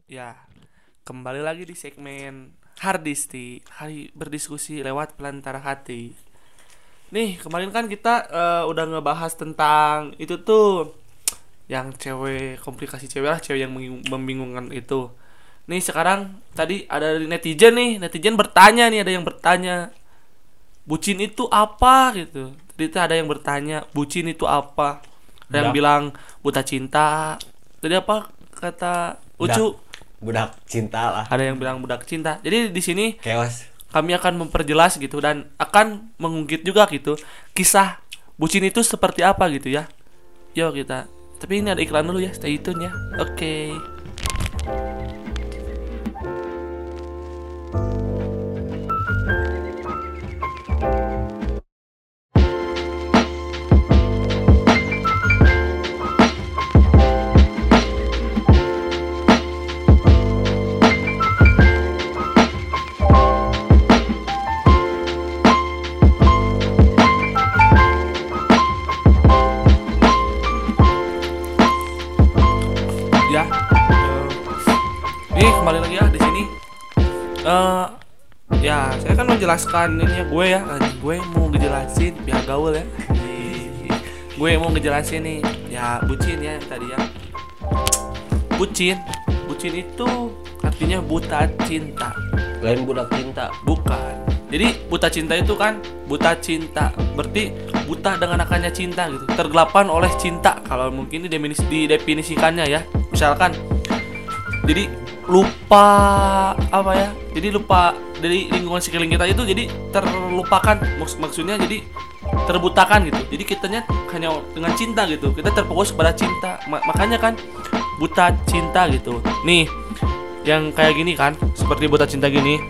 Ya, kembali lagi di segmen Hardisti, hari berdiskusi lewat pelantara hati. Nih, kemarin kan kita udah ngebahas tentang itu tuh, yang cewek, komplikasi cewek lah, cewek yang membingungkan itu. Nih, sekarang tadi ada netizen nih, netizen bertanya nih, ada yang bertanya, bucin itu apa gitu. Tadi tuh ada yang bertanya, bucin itu apa? Ada yang Budak. bilang buta cinta. Tadi apa kata Budak. Ucu? Budak cinta lah. Ada yang bilang budak cinta. Jadi di sini Chaos. kami akan memperjelas gitu dan akan mengungkit juga gitu kisah bucin itu seperti apa gitu ya. Yuk kita. Tapi ini ada iklan dulu ya, stay tune ya. Oke. Ya. Nih kembali lagi ya di sini. Eh ya, saya kan menjelaskan ini ya, gue mau ngejelasin biar gaul ya. Gue mau ngejelasin nih, ya bucin ya yang tadi ya. Bucin itu artinya buta cinta. Lain budak cinta. Bukan. Jadi buta cinta itu kan buta cinta. Berarti buta dengan akannya cinta gitu. Tergelapan oleh cinta kalau mungkin didefinisikannya ya. Misalkan jadi lupa apa ya? Jadi lupa dari lingkungan sekeliling kita itu jadi terlupakan maksudnya jadi terbutakan gitu. Jadi kitanya hanya dengan cinta gitu. Kita terfokus pada cinta. Makanya kan buta cinta gitu. Nih, yang kayak gini kan, seperti buta cinta gini.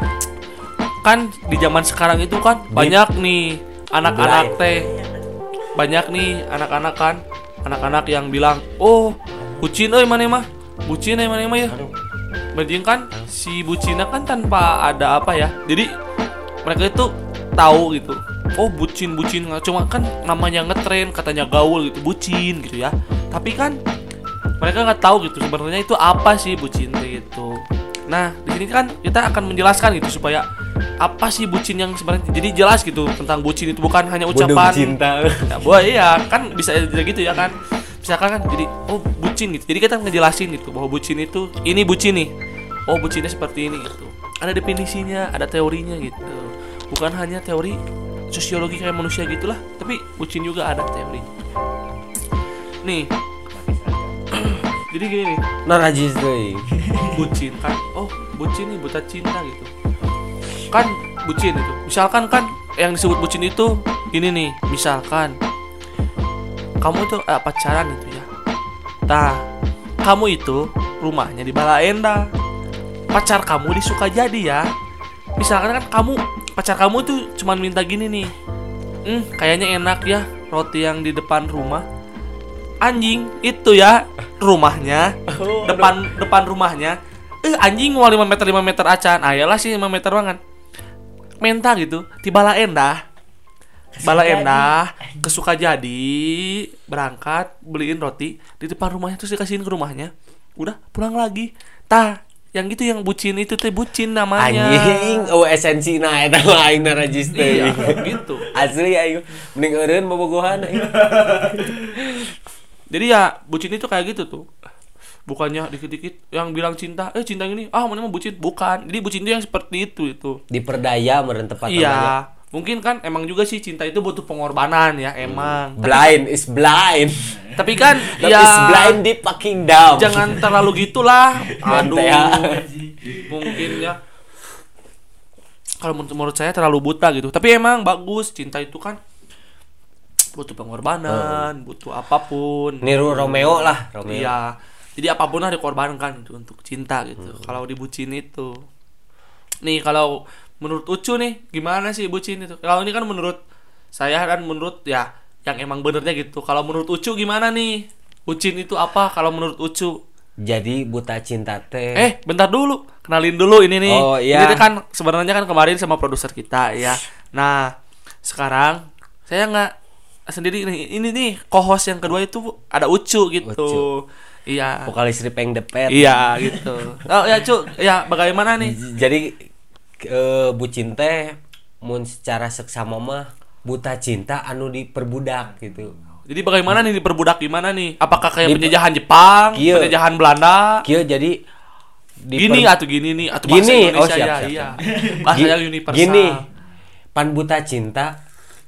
Kan di zaman sekarang itu kan banyak nih anak-anak teh. Banyak nih anak-anak kan, anak-anak yang bilang, "Oh, bucin euy maneh mah. Bucin euy maneh mah ya." Berarti kan si bucina kan tanpa ada apa ya. Jadi mereka itu tahu gitu. Oh, bucin nggak cuma kan namanya ngetren, katanya gaul gitu, bucin gitu ya. Tapi kan mereka nggak tahu gitu sebenarnya itu apa sih bucin gitu. Nah, di sini kan kita akan menjelaskan gitu supaya apa sih bucin yang sebenarnya. Jadi jelas gitu tentang bucin itu bukan hanya ucapan. Budak cinta. Ya, boy, iya kan bisa aja gitu ya kan. Misalkan kan jadi oh bucin gitu. Jadi kita ngejelasin gitu bahwa bucin itu ini bucin nih. Oh, bucinnya seperti ini gitu. Ada definisinya, ada teorinya gitu. Bukan hanya teori sosiologi kayak manusia gitulah, tapi bucin juga ada teori. Nih. Jadi gini nih, Narajis deui. bucin kan. Oh, bucin nih buta cinta gitu. Kan bucin itu. Misalkan kan yang disebut bucin itu ini nih, misalkan kamu itu pacaran itu ya. Nah, kamu itu rumahnya di Balaenda. Pacar kamu di Sukajadi ya. Misalkan kan pacar kamu tuh cuman minta gini nih. Kayaknya enak ya roti yang di depan rumah. Anjing itu ya rumahnya depan rumahnya. Anjing mau 5 meter acan. Ayalah sih 5 meter banget. Menta gitu. Di Balaenda ke Sukajadi berangkat beliin roti di depan rumahnya terus dikasihin ke rumahnya. Udah pulang lagi. Tah yang gitu yang bucin itu teh bucin namanya. Anjing, esensi na eta mah aing narajis deui. Iya, gitu. Asli aing mending eureun bobogohan aing. Jadi ya bucin itu kayak gitu tuh. Bukannya dikit-dikit yang bilang cinta ini, mana mah bucin, bukan. Jadi bucin itu yang seperti itu. Diperdaya meureun tepat namanya. Iya, mungkin kan emang juga sih cinta itu butuh pengorbanan ya, emang. Blind is blind. Tapi kan Love ya is blind deep fucking dumb. jangan terlalu gitulah. Aduh. Mantea. Mungkin ya kalau menurut saya terlalu buta gitu. Tapi emang bagus, cinta itu kan butuh pengorbanan, butuh apapun. Niru Romeo lah, Romeo. Iya. Jadi apapun harus dikorbankan gitu untuk cinta gitu. Kalau dibucin itu. Nih kalau menurut Ucu nih gimana sih bucin itu? Kalau ini kan menurut saya dan menurut ya yang emang benernya gitu. Kalau menurut Ucu gimana nih? Bucin itu apa kalau menurut Ucu? Jadi buta cinta teh. Bentar dulu. Kenalin dulu ini nih. Oh, iya. Ini kan sebenarnya kan kemarin sama produser kita ya. Nah, sekarang saya nggak sendiri nih. Ini nih co-host yang kedua itu ada Ucu gitu. Ucu. Iya. Vokalis Ripeng the Pet. Iya gitu. Oh ya Cu, ya bagaimana nih? Jadi bucin teh mun secara seksama mah buta cinta anu diperbudak gitu. Jadi bagaimana nih diperbudak gimana nih? Apakah kayak penjajahan Jepang, Kieu. penjajahan Belanda? Kieu jadi Gini atau gini nih atau bahasa Gini, Indonesia siap, ya, siap. iya. Bahasa yang universal. Gini, pan buta cinta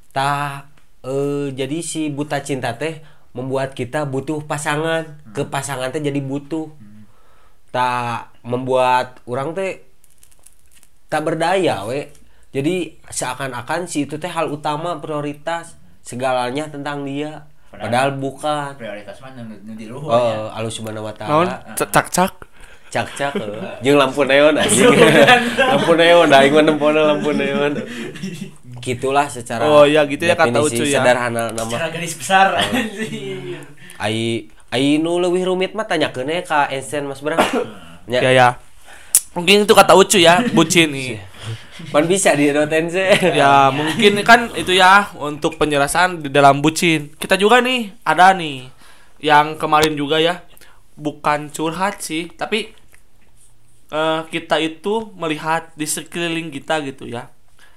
jadi si buta cinta teh membuat kita butuh pasangan, ke pasangan teh jadi butuh. Tak membuat orang teh tak berdaya we. Jadi seakan-akan si itu teh hal utama, prioritas, segalanya tentang dia. Padahal bukan. Prioritas mah nu di luhur ya. Allah Subhanahu wa Naon? taala. Cak-cak. Cak-cak jeung lampu neon anjing. Lampu neon aing mah nempona lampu neon. Gitulah secara Oh iya gitu ya kata definisi Ucu ya. sederhana nama. Secara garis besar. Ai nu leuwih rumit mah tanyakeun ka Einstein Mas Bram. Ya ya. Mungkin itu kata Ucu ya, bucin nih. Pan bisa di doten sih. Ya mungkin kan itu ya untuk penjelasan di dalam bucin. Kita juga nih ada nih yang kemarin juga ya, bukan curhat sih, tapi kita itu melihat di sekeliling kita gitu ya,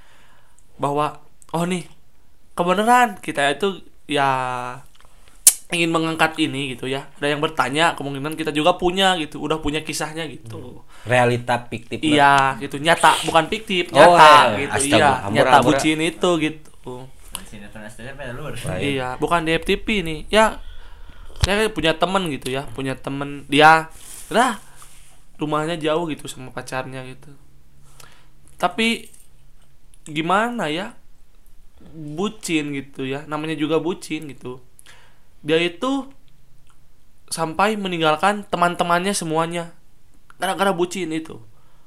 bahwa oh nih kebenaran kita itu ya ingin mengangkat ini gitu ya. Ada yang bertanya, kemungkinan kita juga punya gitu, udah punya kisahnya gitu. Realita fiktif. Iya gitu, nyata bukan fiktif, Oh, nyata iya. gitu. Astaga, Iya, ampura, nyata ampura. bucin itu gitu. Sinetron STP pada luar. Iya, bukan di FTP nih. Ya, saya punya temen gitu ya, punya temen dia, lah rumahnya jauh gitu sama pacarnya gitu. Tapi gimana ya, bucin gitu ya, namanya juga bucin gitu. Dia itu sampai meninggalkan teman-temannya semuanya gara-gara bucin itu.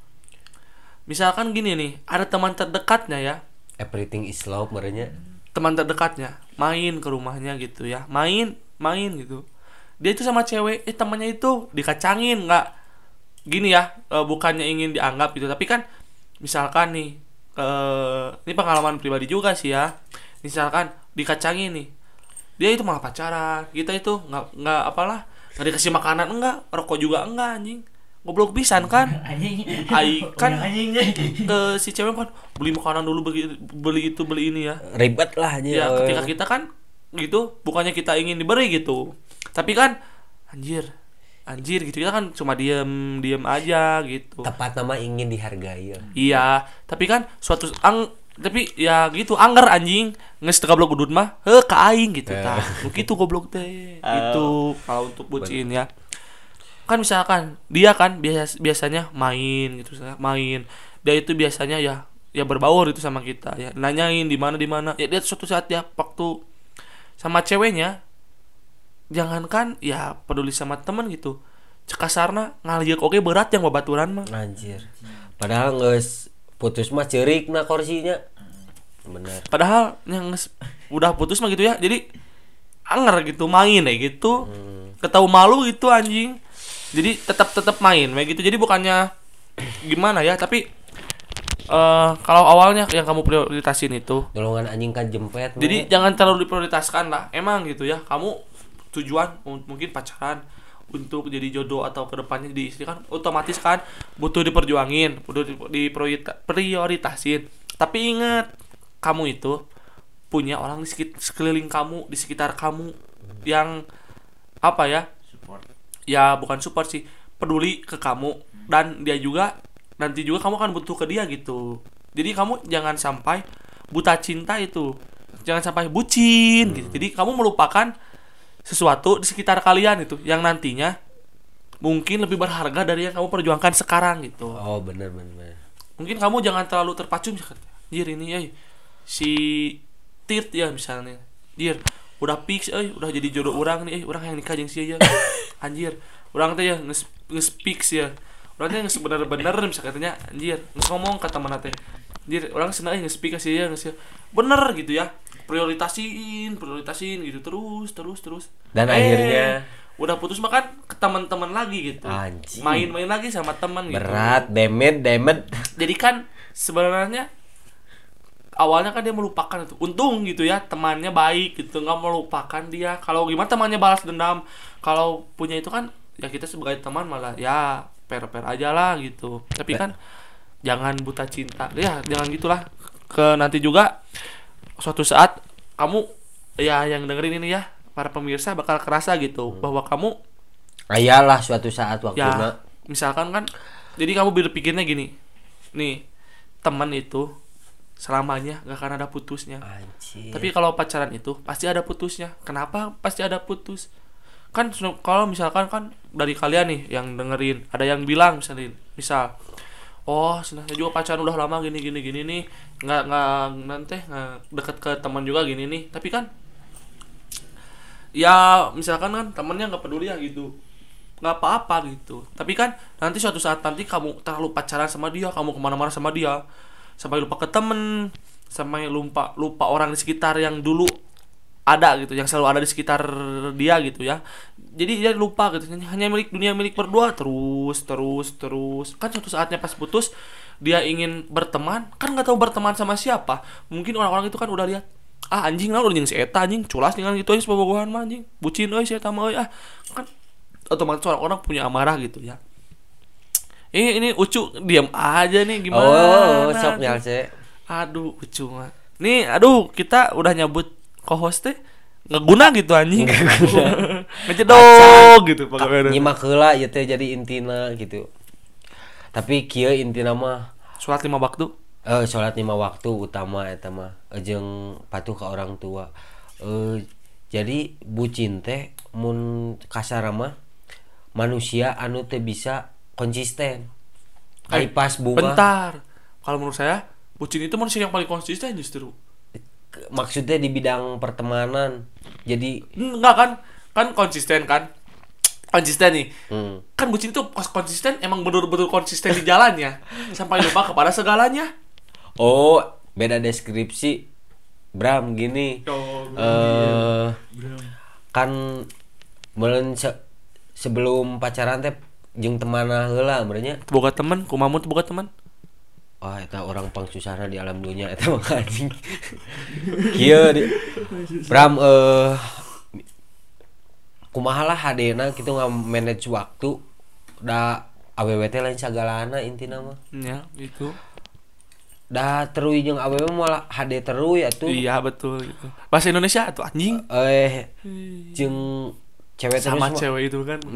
Misalkan gini nih, ada teman terdekatnya ya, Everything is love merenya. teman terdekatnya main ke rumahnya gitu ya, main gitu, dia itu sama cewek, temannya itu dikacangin, nggak gini ya, bukannya ingin dianggap gitu, tapi kan misalkan nih, ini pengalaman pribadi juga sih ya, misalkan dikacangin nih, dia itu malah pacaran, kita itu nggak apalah, nggak dikasih makanan, enggak, rokok juga enggak, anjing goblok pisan kan. Anjing. Ai kan Anjing. ke si cewek kan beli makanan dulu, beli itu beli ini ya. Ribet lah aja. Ya ketika kita kan gitu, bukannya kita ingin diberi gitu, tapi kan anjir gitu, kita kan cuma diem aja gitu. Tepat nama ingin dihargai ya. Iya, tapi kan suatu tapi ya gitu angger anjing geus teu goblok udud mah ka aing gitu tah. Begitu goblok teh. Itu kalau untuk bucin ya. Kan misalkan dia kan biasanya main gitu, main. Dia itu biasanya ya berbaur itu sama kita ya. Nanyain di mana. Ya dia suatu saat ya waktu sama ceweknya, jangankan ya peduli sama temen gitu, cek kasarna ngaliuk oke berat yang babaturan mah. Anjir. Padahal geus putus mah ceurik na kursinya. Bener. Padahal yang udah putus mah gitu ya. Jadi anger gitu main gitu. Ketahu malu gitu anjing. Jadi tetap main kayak gitu. Jadi bukannya gimana ya, tapi kalau awalnya yang kamu prioritasin itu, Dolongan anjing kan jempet. jadi jangan terlalu diprioritaskan lah. Emang gitu ya, kamu tujuan mungkin pacaran untuk jadi jodoh atau kedepannya jadi istri kan otomatis kan butuh diperjuangin, butuh prioritasin. Tapi ingat, kamu itu punya orang di sekeliling kamu, di sekitar kamu yang apa ya? Support. Ya bukan support sih, peduli ke kamu, dan dia juga nanti juga kamu akan butuh ke dia gitu. Jadi kamu jangan sampai buta cinta itu, jangan sampai bucin gitu. Jadi kamu melupakan sesuatu di sekitar kalian itu yang nantinya mungkin lebih berharga dari yang kamu perjuangkan sekarang gitu. Oh bener. Mungkin kamu jangan terlalu terpacu misalkan, anjir ini si Tit ya misalnya, anjir udah fix udah jadi jodoh orang nih, orang yang nikah jeung sia ya. Anjir, orang teh ya geus fix ya. Orang teh geus bener-bener misalnya katanya anjir, geus ngomong ka temanna teh. Anjir, orang senang geus fix sia ya, bener gitu ya. Prioritasin gitu terus. Dan akhirnya udah putus makan ke teman-teman lagi gitu. Anjing. Main lagi sama teman gitu. berat, demet. Jadi kan sebenarnya awalnya kan dia melupakan itu. Untung gitu ya, temannya baik gitu, nggak melupakan dia. Kalau gimana temannya balas dendam. Kalau punya itu kan ya kita sebagai teman malah ya fair-fair aja lah gitu. Tapi kan jangan buta cinta. Ya, jangan gitulah. Ke nanti juga suatu saat kamu ya yang dengerin ini ya, para pemirsa bakal kerasa gitu bahwa kamu Ayalah suatu saat waktunya. ya misalkan kan, jadi kamu berpikirnya gini, nih teman itu selamanya gak akan ada putusnya. Anjir. Tapi kalau pacaran itu pasti ada putusnya. Kenapa pasti ada putus? Kan kalau misalkan kan dari kalian nih yang dengerin, ada yang bilang misal oh saya juga pacaran udah lama gini nih, nggak nanti nggak deket ke teman juga gini nih. Tapi kan ya misalkan kan temennya nggak peduli ya gitu, nggak apa-apa gitu. Tapi kan nanti suatu saat nanti kamu terlalu pacaran sama dia, kamu kemana-mana sama dia, sampai lupa ke temen, sampai lupa orang di sekitar yang dulu ada gitu, yang selalu ada di sekitar dia gitu ya. Jadi dia lupa gitu, hanya dunia milik berdua terus. Kan suatu saatnya pas putus dia ingin berteman, kan nggak tahu berteman sama siapa. Mungkin orang-orang itu kan udah lihat, anjing lah udah jeung si eta anjing culas dengan gitu aja sebogohan mah anjing, bucin euy si eta mah euy kan otomatis orang-orang punya amarah gitu ya. Ini Ucu diam aja nih, gimana? Sok nyalse. Aduh Ucu mah. Nih aduh kita udah nyebut co-host teh nggak guna gitu anjing. Ngejedog gitu pokoknya. Nyimak heula ieu teh jadi intina gitu. Tapi kieu intina mah Sholat 5 waktu. Sholat 5 waktu utama eta mah jeung patuh ka orang tua. Jadi bucin teh mun kasar mah manusia anu teh bisa konsisten. Kayak pas bunga. Bentar. Kalau menurut saya bucin itu manusia yang paling konsisten justru. Maksudnya di bidang pertemanan. Jadi enggak kan konsisten nih. Kan bucin itu pas konsisten emang bener-bener konsisten di jalannya sampai lupa kepada segalanya. Oh, beda deskripsi. Bram gini. Kan meuleun sebelum pacaran teh jeung temanna heula benernya. Boga teman, kumaha teu boga teman? Wah, eta orang pang susahna di alam dunia eta mah anjing. Kieu Bram kumaha lah hadena kitu nga-manage waktu da awewe teh lain sagalana intina mah. Ya, itu. Da teruy jeung awewe malah HD teruy atuh. Iya, betul gitu. Bahasa Indonesia atuh anjing. Jeung cewek terus sama cewek itu kan.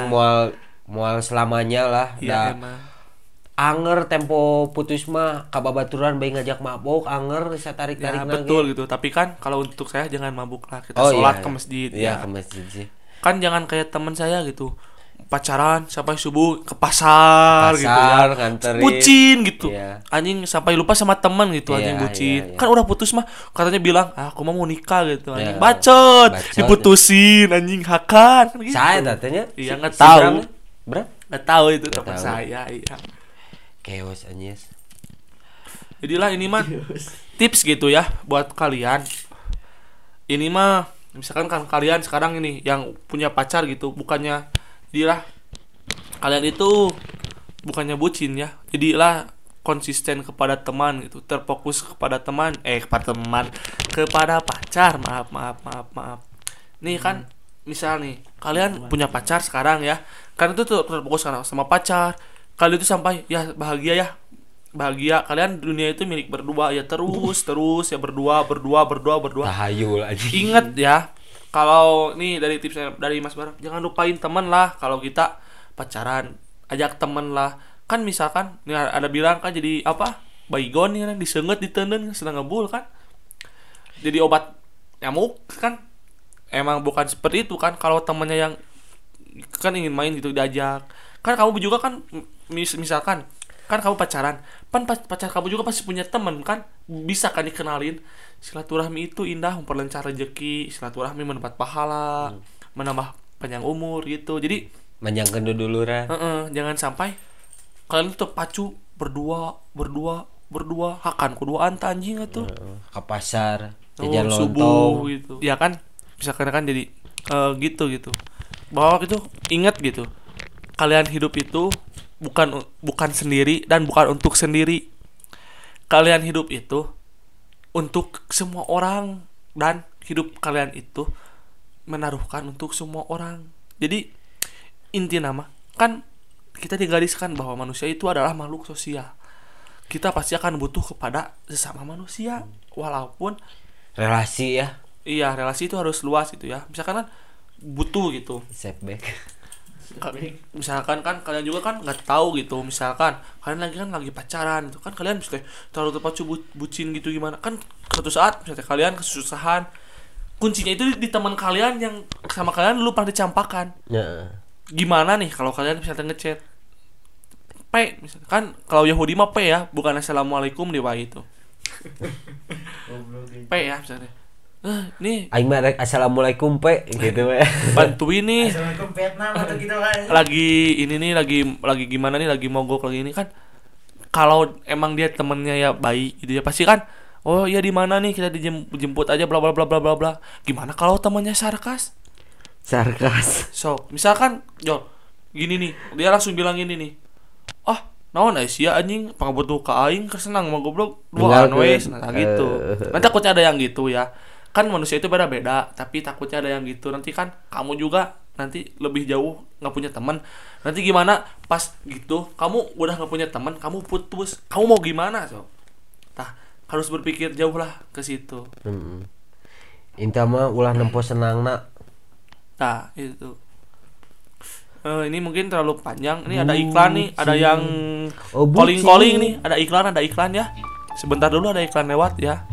Moal selamanya lah. Iya, emang. Anger tempo putus mah kababaturan bae ngajak mabok anger satarik-tarik ya, betul gitu. Tapi kan kalau untuk saya jangan mabuk lah. Kita iya. sholat ke masjid. Iya, ke masjid sih. Kan jangan kayak teman saya gitu. Pacaran sampai subuh ke pasar gitu ya. Nganterin. Bucin gitu. Iya. Anjing sampai lupa sama teman gitu, anjing bucin. Iya. Kan udah putus mah katanya bilang, aku mau nikah gitu. Anjing bacot. Diputusin anjing hakan kan gitu. Saya datanya. Iya, enggak tahu. Enggak tahu itu teman saya, iya. Chaos anyes. Jadilah ini mah tips gitu ya buat kalian. Ini mah misalkan kan kalian sekarang ini yang punya pacar gitu, bukannya jadilah kalian itu bukannya bucin ya. Jadilah konsisten kepada teman gitu, terfokus kepada teman, kepada pacar. Maaf. Nih kan misal nih kalian punya pacar sekarang ya. Kan itu tuh terfokus sama pacar. Kalian itu sampai ya bahagia kalian dunia itu milik berdua ya terus ya berdua tahayul aja. Ingat ya, kalau nih dari tipsnya dari Mas Barang, jangan lupain teman lah. Kalau kita pacaran ajak teman lah. Kan misalkan nih ada bilang kan jadi apa baygon kan disenget ditenden sedang ngebul kan jadi obat nyamuk kan. Emang bukan seperti itu kan. Kalau temannya yang kan ingin main gitu diajak, kan kamu juga kan misalkan kan kamu pacaran, pacar kamu juga pasti punya teman kan, bisa kan dikenalin. Silaturahmi itu indah, memperlancar rezeki, silaturahmi mendapat pahala, menambah panjang umur gitu. Jadi manjangkeun dulurah. Jangan sampai kalian tuh pacu berdua hakan kuduaan anjing atuh. Ke pasar, jajan subuh lontong gitu. Ya kan, misalkan kan jadi gitu. Bahwa itu ingat gitu. Kalian hidup itu bukan sendiri dan bukan untuk sendiri. Kalian hidup itu untuk semua orang, dan hidup kalian itu menaruhkan untuk semua orang. Jadi inti nama kan kita digariskan bahwa manusia itu adalah makhluk sosial. Kita pasti akan butuh kepada sesama manusia, walaupun Relasi ya. iya relasi itu harus luas gitu ya. Misalkan kan butuh gitu. Setback. Misalkan kan kalian juga kan nggak tahu gitu, misalkan kalian lagi pacaran itu kan kalian bisa terlalu terpacu bucin gitu gimana kan, suatu saat misalnya kalian kesusahan, kuncinya itu di teman kalian yang sama kalian dulu pernah dicampakan. Ya. Gimana nih kalau kalian misalnya ngechat P misalnya kan, kalau Yahudi mah P ya, bukan assalamualaikum di itu P ya misalnya, nih Aing mah rek assalamualaikum pe gitu we. bantuin nih, Assalamualaikum Vietnam atau gitu kan. lagi ini nih lagi gimana nih, lagi mogok lagi ini kan. Kalau emang dia temennya ya baik gitu ya, pasti kan oh ya di mana nih, kita dijemput aja bla bla bla bla bla bla. Gimana kalau temannya sarkas? So misalkan Jol gini nih, dia langsung bilang ini nih, ah naon sia anjing pangabutuh ka aing kesenang mah goblok duaan we nah gitu. Nanti takutnya ada yang gitu ya. Kan manusia itu beda-beda, tapi takutnya ada yang gitu. Nanti kan kamu juga nanti lebih jauh nggak punya teman. Nanti gimana pas gitu kamu udah nggak punya teman, kamu putus, kamu mau gimana so? Tah harus berpikir jauh lah ke situ. Inta mah ulah nempo senangna. Nah itu. Ini mungkin terlalu panjang. Ini ada iklan nih, ada yang calling nih, ada iklan ya. Sebentar dulu ada iklan lewat ya.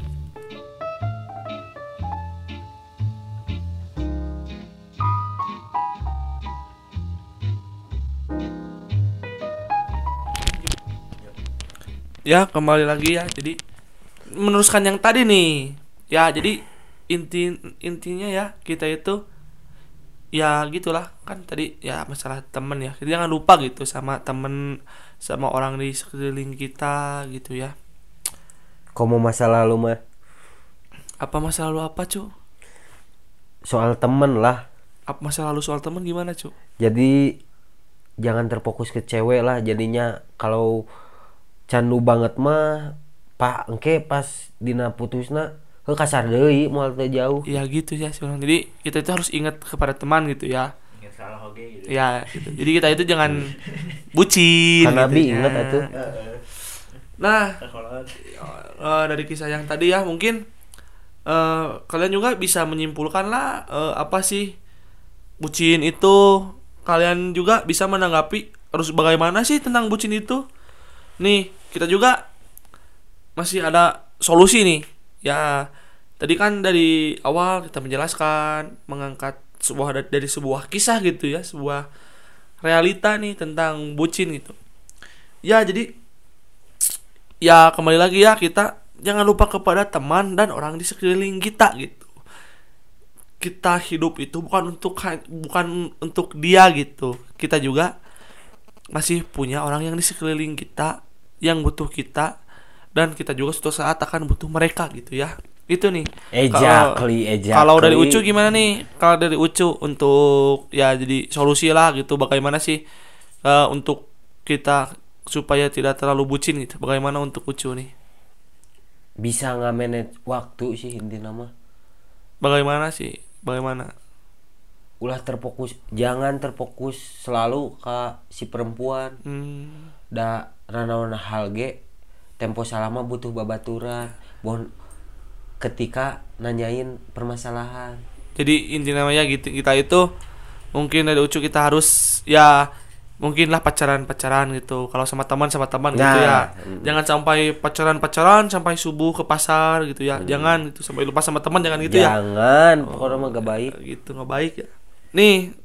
Ya kembali lagi ya. Jadi meneruskan yang tadi nih. Ya jadi intinya ya kita itu ya gitulah kan tadi ya masalah temen ya. Kita jangan lupa gitu sama temen, sama orang di sekeliling kita gitu ya. Komo masa lalu mah Apa masa lalu apa cu? soal temen lah. Apa masa lalu soal temen gimana cu? Jadi jangan terfokus ke cewek lah. Jadinya kalau candu banget mah pak engke pas dina putusna kasar deui moal teu jauh. Ya gitu ya sebenarnya. Jadi kita itu harus ingat kepada teman gitu ya. Ingat salah oge gitu. Ya gitu. Jadi kita itu jangan bucin Kan Nabi gitu ya. inget atuh. Nah dari kisah yang tadi ya mungkin kalian juga bisa menyimpulkan lah apa sih bucin itu. Kalian juga bisa menanggapi harus bagaimana sih tentang bucin itu. Nih kita juga masih ada solusi nih ya. Tadi kan dari awal kita menjelaskan, mengangkat dari sebuah kisah gitu ya, sebuah realita nih tentang bucin gitu ya. Jadi ya kembali lagi ya, kita jangan lupa kepada teman dan orang di sekeliling kita gitu. Kita hidup itu bukan untuk dia gitu. Kita juga masih punya orang yang di sekeliling kita yang butuh kita, dan kita juga suatu saat akan butuh mereka gitu ya. Itu nih. Kalau dari Ucu gimana nih? Kalau dari Ucu untuk ya jadi solusi lah gitu, bagaimana sih untuk kita supaya tidak terlalu bucin gitu. Bagaimana untuk Ucu nih? Bisa nge-manage waktu sih intinya mah. Bagaimana sih? Bagaimana? Ulah jangan terfokus selalu ke si perempuan. Da ranaon hal ge tempo salama butuh babaturan. Ketika nanyain permasalahan. Jadi intinya ya gitu, kita itu mungkin dari Ucu kita harus ya mungkinlah pacaran gitu. Kalau sama teman gitu ya. Jangan sampai pacaran sampai subuh ke pasar gitu ya. Jangan itu sampai lupa sama teman, jangan gitu ya. Jangan, pokoknya mah gak baik. Gitu nggak baik ya. Nih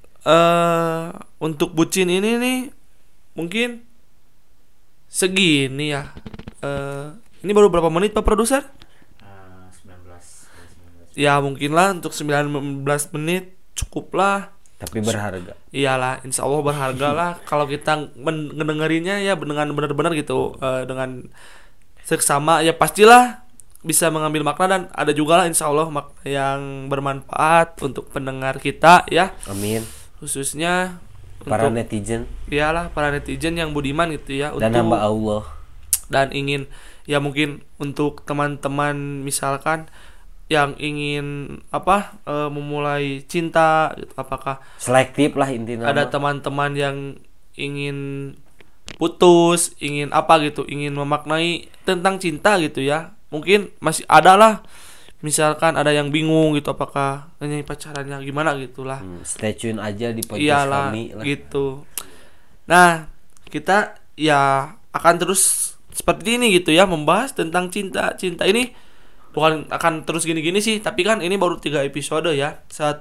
untuk bucin ini nih mungkin segini ya. Ini baru berapa menit Pak Produser? 19. Ya mungkin lah untuk 19 menit cukup lah. Tapi berharga. Iyalah, insya Allah berharga lah kalau kita ngedengerinnya ya dengan benar-benar gitu, dengan seksama ya pastilah bisa mengambil makna, dan ada juga lah insya Allah makna yang bermanfaat untuk pendengar kita ya. Amin. Khususnya Para untuk, netizen. iyalah para netizen yang budiman gitu ya. Dan hamba Allah. dan ingin ya mungkin untuk teman-teman misalkan yang ingin memulai cinta gitu, apakah Selektif lah intinya. ada teman-teman yang ingin putus, ingin apa gitu, ingin memaknai tentang cinta gitu ya. Mungkin masih ada lah, misalkan ada yang bingung gitu apakah ini pacarannya gimana gitulah. Stay tune aja di podcast Iyalah kami lah. gitu. Nah, kita ya akan terus seperti ini gitu ya, membahas tentang cinta. Cinta ini bukan akan terus gini-gini sih, tapi kan ini baru 3 episode ya. 1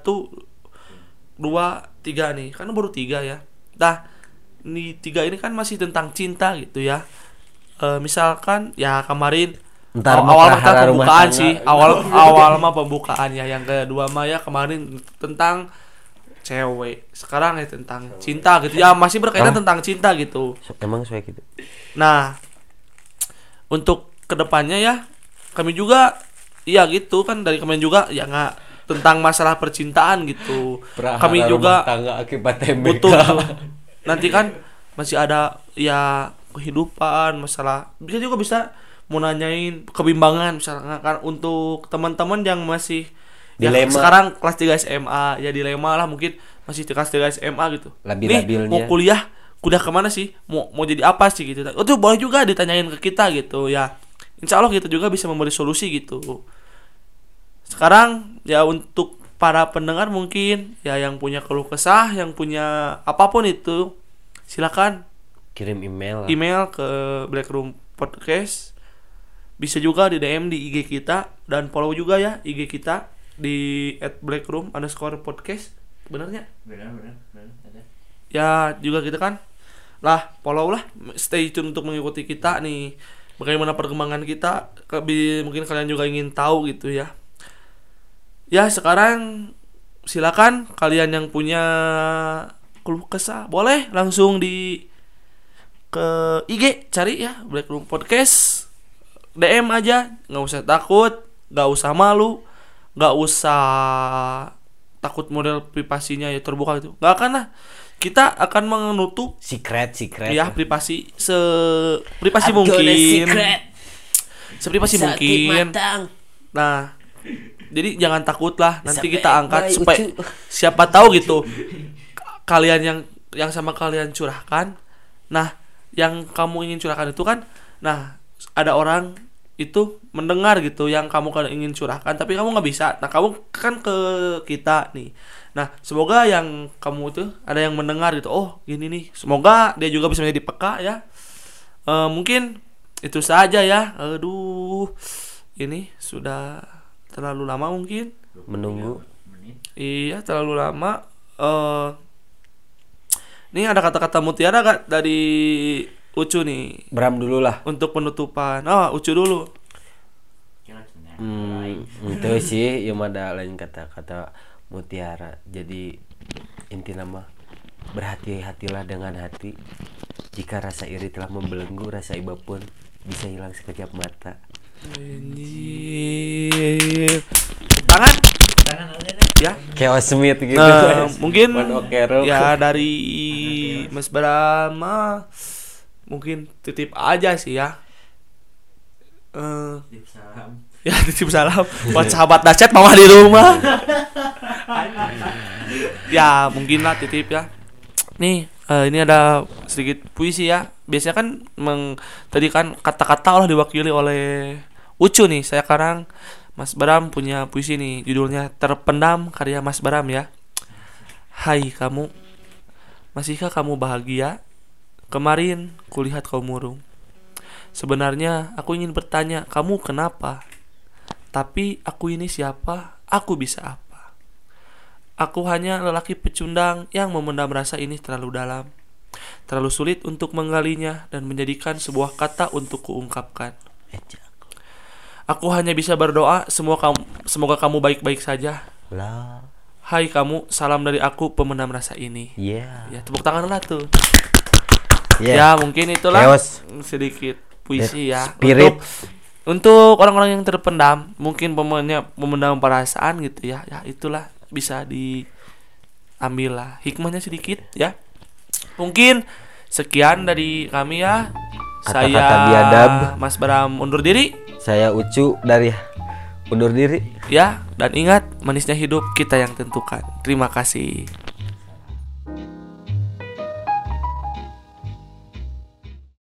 2 3 nih. Kan baru 3 ya. Nah, ini 3 ini kan masih tentang cinta gitu ya. Misalkan ya kemarin awal mah pembukaan sih, awal mah pembukaan ya. Yang kedua mah ya kemarin tentang cewek, sekarang ya tentang cinta gitu ya, masih berkaitan tentang cinta gitu. Emang saya gitu. Nah, untuk kedepannya ya kami juga iya gitu kan, dari kemarin juga ya nggak tentang masalah percintaan gitu. Kami juga tangga akibat butuh tuh. Nanti kan masih ada ya kehidupan, masalah bisa mau nanyain kebimbangan misalnya kan, untuk teman-teman yang masih dilema. Ya sekarang kelas 3 SMA ya dilema lah, mungkin masih kelas 3 SMA gitu. Labil-labilnya. Nih mau kuliah kemana sih, mau jadi apa sih gitu. Itu boleh juga ditanyain ke kita gitu ya. Insya Allah kita juga bisa memberi solusi gitu. Sekarang ya untuk para pendengar mungkin ya yang punya keluh kesah, yang punya apapun itu, silakan kirim email lah. Email ke Blackroom Podcast. Bisa juga di DM di IG kita, dan follow juga ya IG kita di @blackroom_podcast. Benernya? Benar. Ada. Ya juga gitu kan. Lah, follow lah, stay tune untuk mengikuti kita nih. Bagaimana perkembangan kita, mungkin kalian juga ingin tahu gitu ya. Ya, sekarang silakan kalian yang punya keluh kesah boleh langsung ke IG, cari ya Blackroom Podcast. DM aja, nggak usah takut, nggak usah malu, nggak usah takut model privasinya ya terbuka gitu. Nggak akan lah. Kita akan menutup secret ya privasi privasi mungkin. Seprivasi mungkin. Nah, jadi jangan takut lah. Nanti kita angkat supaya siapa tahu gitu kalian yang sama kalian curahkan. Nah, yang kamu ingin curahkan itu kan, nah ada orang itu mendengar gitu yang kamu kan ingin curahkan tapi kamu nggak bisa. Nah, kamu kan ke kita nih. Nah, semoga yang kamu tuh ada yang mendengar gitu. Oh, gini nih. Semoga dia juga bisa menjadi peka ya. Mungkin itu saja ya. Aduh, ini sudah terlalu lama mungkin menunggu. Iya, terlalu lama. Ini ada kata-kata mutiara gak dari Ucu nih? Bram dulu lah. Untuk penutupan. Ucu dulu. Itu sih yang ada lain kata-kata mutiara. Jadi inti nama berhati-hatilah dengan hati. Jika rasa iri telah membelenggu, rasa iba pun bisa hilang sekejap mata. Anjir. Tangan ya. Chaos Smith gitu. Mungkin ya dari Mas Brahma mungkin titip aja sih ya. Titip salam. Ya titip salam buat sahabat dahsyat mama di rumah. Ya mungkin lah titip ya. Nih ini ada sedikit puisi ya. Biasanya kan tadi kan kata-kata lah diwakili oleh Ucu nih. Saya sekarang Mas Baram punya puisi nih, judulnya Terpendam, karya Mas Baram ya. Hai kamu, masihkah kamu bahagia? Kemarin kulihat kau murung. Sebenarnya aku ingin bertanya, kamu kenapa? Tapi aku ini siapa? Aku bisa apa? Aku hanya lelaki pecundang yang memendam rasa ini terlalu dalam, terlalu sulit untuk menggalinya dan menjadikan sebuah kata untuk kuungkapkan. Aku hanya bisa berdoa semoga kamu baik-baik saja. Lah. Hai kamu, salam dari aku pemendam rasa ini. Iya. Ya, tepuk tangan lah tuh. Yeah. Ya, mungkin itulah Chaos. sedikit puisi ya. Spirit. Untuk orang-orang yang terpendam, mungkin memendam perasaan gitu ya. Ya, itulah bisa diambil lah hikmahnya sedikit ya. Mungkin sekian dari kami ya. Kata-kata Saya biadab. Mas Bram undur diri Saya Ucu dari undur diri. ya, dan ingat manisnya hidup kita yang tentukan. Terima kasih.